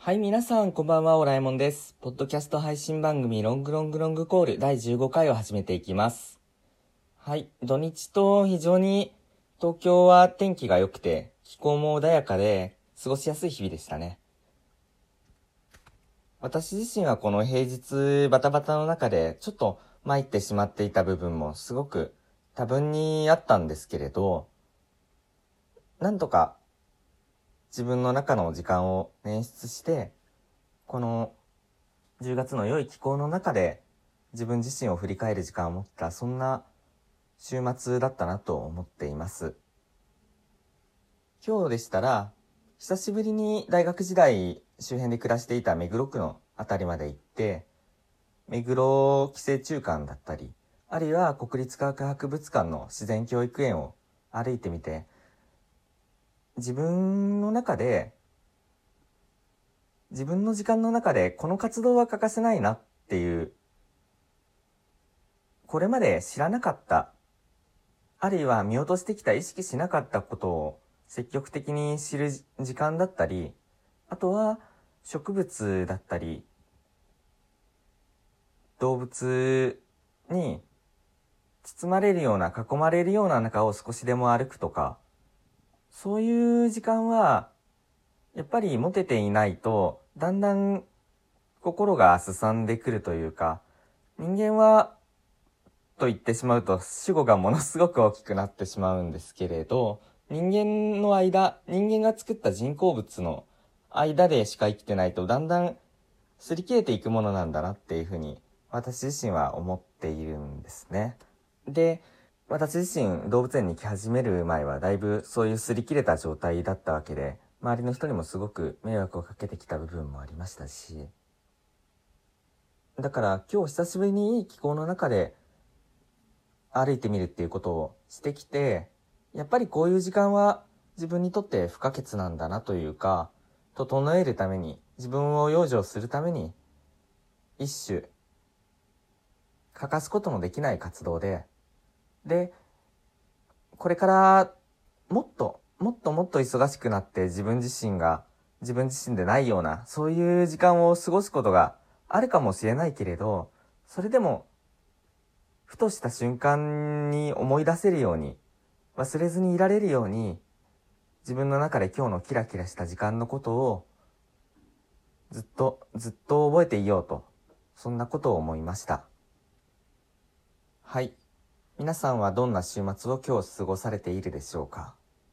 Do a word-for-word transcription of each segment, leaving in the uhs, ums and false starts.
はい、皆さん、こんばんは、オラえもんです。ポッドキャスト配信番組、ロングロングロングコールだいじゅうごかいを始めていきます。はい、土日と非常に東京は天気が良くて、気候も穏やかで、過ごしやすい日々でしたね。私自身はこの平日バタバタの中で、ちょっと参ってしまっていた部分もすごく多分にあったんですけれど、なんとか自分の中の時間を捻出して、このじゅうがつの良い気候の中で自分自身を振り返る時間を持った、そんな週末だったなと思っています。今日でしたら、久しぶりに大学時代周辺で暮らしていた目黒区のあたりまで行って、目黒寄生虫館だったり、あるいは国立科学博物館の自然教育園を歩いてみて、自分の中で、自分の時間の中でこの活動は欠かせないなっていう、これまで知らなかった、あるいは見落としてきた意識しなかったことを積極的に知る時間だったり、あとは植物だったり、動物に包まれるような、囲まれるような中を少しでも歩くとか、そういう時間はやっぱり持てていないと、だんだん心がすさんでくるというか、人間はと言ってしまうと主語がものすごく大きくなってしまうんですけれど、人間の間、人間が作った人工物の間でしか生きてないと、だんだん擦り切れていくものなんだなっていうふうに私自身は思っているんですね。で、私自身動物園に行き始める前はだいぶそういう擦り切れた状態だったわけで、周りの人にもすごく迷惑をかけてきた部分もありましたし、だから今日久しぶりにいい気候の中で歩いてみるっていうことをしてきて、やっぱりこういう時間は自分にとって不可欠なんだなというか、整えるために、自分を養生するために、一種欠かすことのできない活動で、で、これからもっともっともっと忙しくなって自分自身が自分自身でないような、そういう時間を過ごすことがあるかもしれないけれど、それでもふとした瞬間に思い出せるように、忘れずにいられるように、自分の中で今日のキラキラした時間のことをずっとずっと覚えていようと、そんなことを思いました。はい。皆さんはどんな週末を今日過ごされているでしょうか。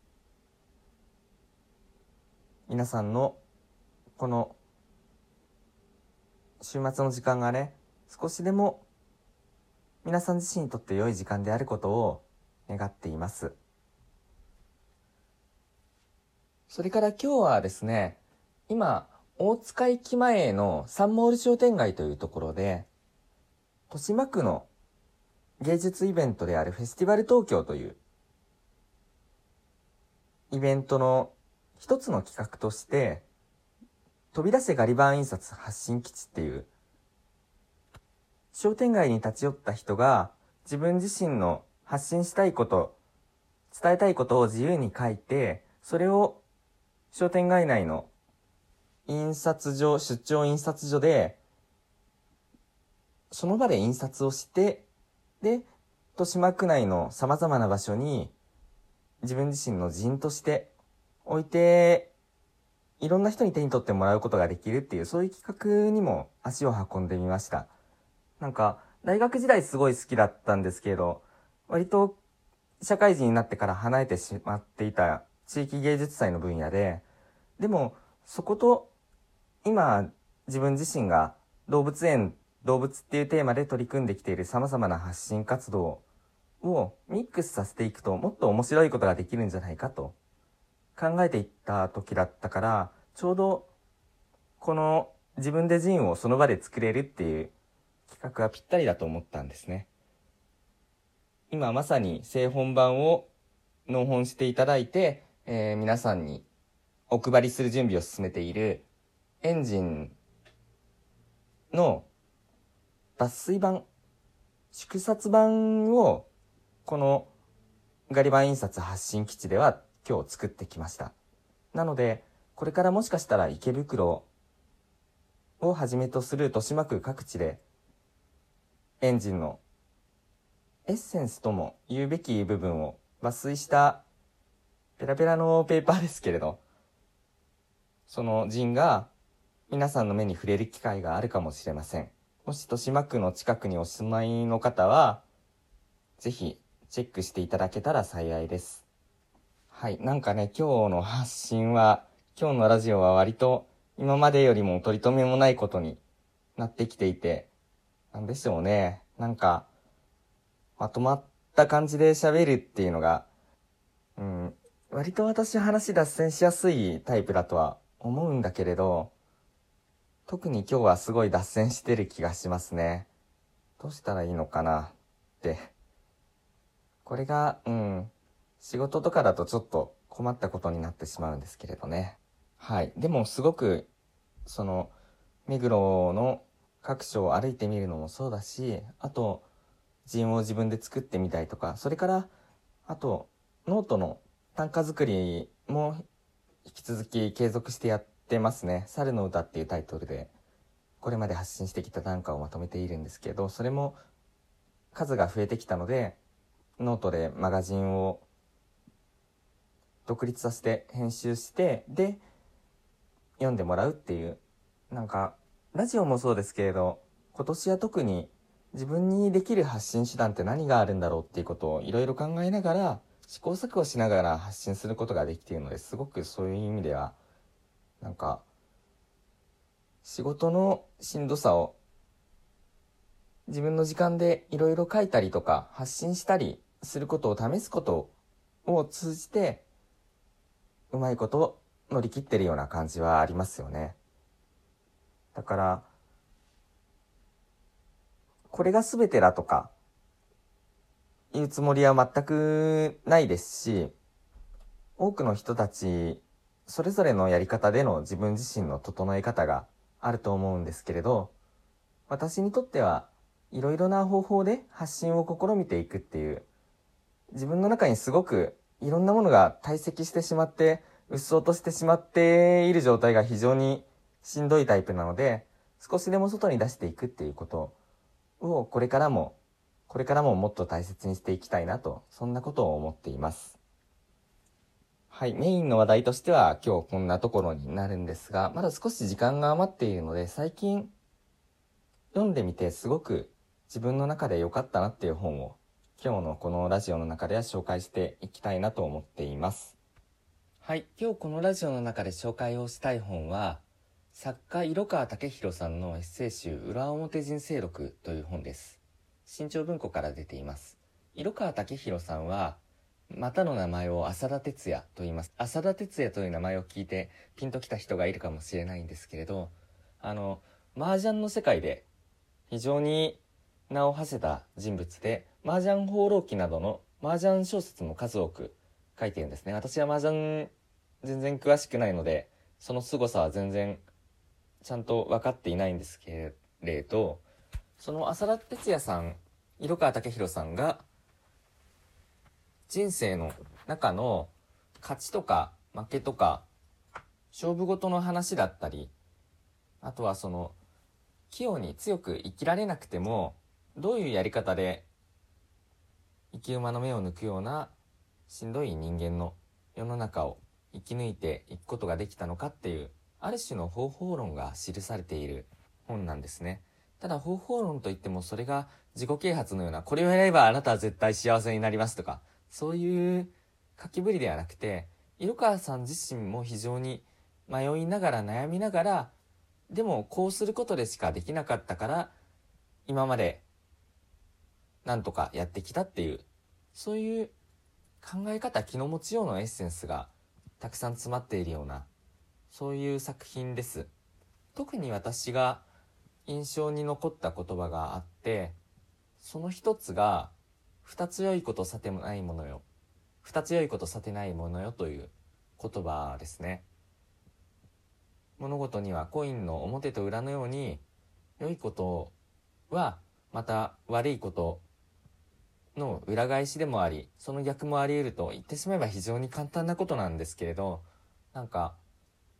皆さんのこの週末の時間がね、少しでも皆さん自身にとって良い時間であることを願っています。それから今日はですね、今大塚駅前のサンモール商店街というところで、豊島区の芸術イベントであるフェスティバル東京というイベントの一つの企画として、飛び出せガリバー印刷発信基地っていう商店街に立ち寄った人が自分自身の発信したいこと、伝えたいことを自由に書いて、それを商店街内の印刷所、出張印刷所でその場で印刷をして、で、豊島区内の様々な場所に自分自身の陣として置いて、いろんな人に手に取ってもらうことができるっていう、そういう企画にも足を運んでみました。なんか大学時代すごい好きだったんですけど、割と社会人になってから離れてしまっていた地域芸術祭の分野で、でもそこと今自分自身が動物園、動物っていうテーマで取り組んできている様々な発信活動をミックスさせていくと、もっと面白いことができるんじゃないかと考えていった時だったから、ちょうどこの自分で陣をその場で作れるっていう企画がぴったりだと思ったんですね。今まさに製本版を納本していただいて、えー、皆さんにお配りする準備を進めているエンジンの抜粋版、縮刷版をこのガリバー印刷発信基地では今日作ってきました。なのでこれからもしかしたら池袋をはじめとする豊島区各地でエンジンのエッセンスとも言うべき部分を抜粋したペラペラのペーパーですけれど、そのジンが皆さんの目に触れる機会があるかもしれません。もし豊島区の近くにお住まいの方はぜひチェックしていただけたら幸いです。はい、なんかね、今日の発信は、今日のラジオは割と今までよりも取り留めもないことになってきていて、なんでしょうね、なんかまとまった感じで喋るっていうのが、うん、割と私話脱線しやすいタイプだとは思うんだけれど、特に今日はすごい脱線してる気がしますね。どうしたらいいのかなって。これが、うん、仕事とかだとちょっと困ったことになってしまうんですけれどね。はい。でもすごく、その、目黒の各所を歩いてみるのもそうだし、あと、陣を自分で作ってみたりとか、それから、あと、ノートの短歌作りも引き続き継続してやってますね。猿の歌っていうタイトルで、これまで発信してきた短歌をまとめているんですけど、それも数が増えてきたので、ノートでマガジンを独立させて編集して、で、読んでもらうっていう、なんか、ラジオもそうですけれど、今年は特に自分にできる発信手段って何があるんだろうっていうことをいろいろ考えながら、試行錯誤しながら発信することができているので、すごくそういう意味では、なんか、仕事のしんどさを自分の時間でいろいろ書いたりとか発信したりすることを試すことを通じてうまいこと乗り切ってるような感じはありますよね。だからこれが全てだとかいうつもりは全くないですし、多くの人たちそれぞれのやり方での自分自身の整え方があると思うんですけれど、私にとってはいろいろな方法で発信を試みていくっていう、自分の中にすごくいろんなものが堆積してしまってうっそうとしてしまっている状態が非常にしんどいタイプなので、少しでも外に出していくっていうことをこれからもこれからももっと大切にしていきたいなと、そんなことを思っています。はい、メインの話題としては今日こんなところになるんですが、まだ少し時間が余っているので、最近読んでみてすごく自分の中で良かったなっていう本を今日のこのラジオの中では紹介していきたいなと思っています。はい、今日このラジオの中で紹介をしたい本は、作家色川武弘さんのエッセイ集裏表人生録という本です。新潮文庫から出ています。色川武弘さんはまたの名前を浅田哲也と言います。浅田哲也という名前を聞いてピンときた人がいるかもしれないんですけれど、あの麻雀の世界で非常に名を馳せた人物で、麻雀放浪記などの麻雀小説も数多く書いているんですね。私は麻雀全然詳しくないので、その凄さは全然ちゃんと分かっていないんですけれど、その浅田哲也さん、色川武弘さんが人生の中の勝ちとか負けとか勝負事の話だったり、あとはその器用に強く生きられなくてもどういうやり方で生き馬の目を抜くようなしんどい人間の世の中を生き抜いていくことができたのかっていう、ある種の方法論が記されている本なんですね。ただ方法論といってもそれが自己啓発のような、これをやればあなたは絶対幸せになりますとか、そういう書きぶりではなくて、色川さん自身も非常に迷いながら悩みながら、でもこうすることでしかできなかったから今までなんとかやってきたっていう、そういう考え方、気の持ちようのエッセンスがたくさん詰まっているような、そういう作品です。特に私が印象に残った言葉があって、その一つが二つ良いことさてないものよ二つ良いことさてないものよという言葉ですね。物事にはコインの表と裏のように、良いことはまた悪いことの裏返しでもあり、その逆もあり得ると言ってしまえば非常に簡単なことなんですけれど、なんか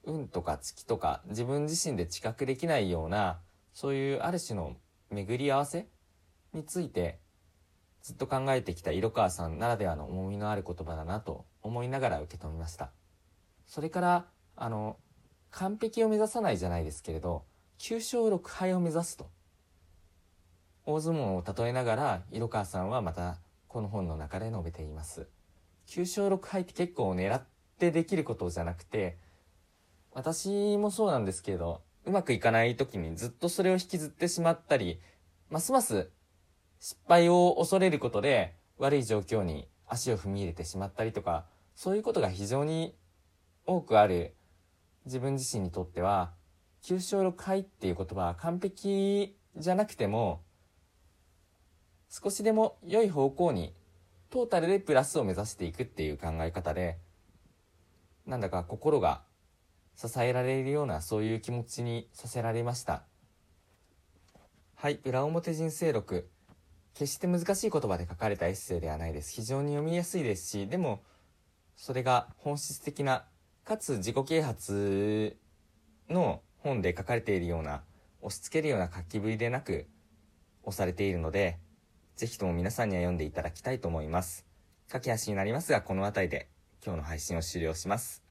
運とか月とか自分自身で知覚できないような、そういうある種の巡り合わせについてずっと考えてきた色川さんならではの重みのある言葉だなと思いながら受け止めました。それからあの完璧を目指さないじゃないですけれど、きゅう勝ろく敗を目指すと大相撲を例えながら色川さんはまたこの本の中で述べています。きゅう勝ろく敗って結構狙ってできることじゃなくて、私もそうなんですけれど、うまくいかない時にずっとそれを引きずってしまったり、ますます失敗を恐れることで悪い状況に足を踏み入れてしまったりとか、そういうことが非常に多くある自分自身にとっては、きゅう勝ろく敗っていう言葉は完璧じゃなくても少しでも良い方向にトータルでプラスを目指していくっていう考え方で、なんだか心が支えられるような、そういう気持ちにさせられました。はい、裏表人生録、決して難しい言葉で書かれたエッセイではないです。非常に読みやすいですし、でもそれが本質的なかつ自己啓発の本で書かれているような、押し付けるような書きぶりでなく押されているので、ぜひとも皆さんには読んでいただきたいと思います。駆け足になりますが、この辺りで今日の配信を終了します。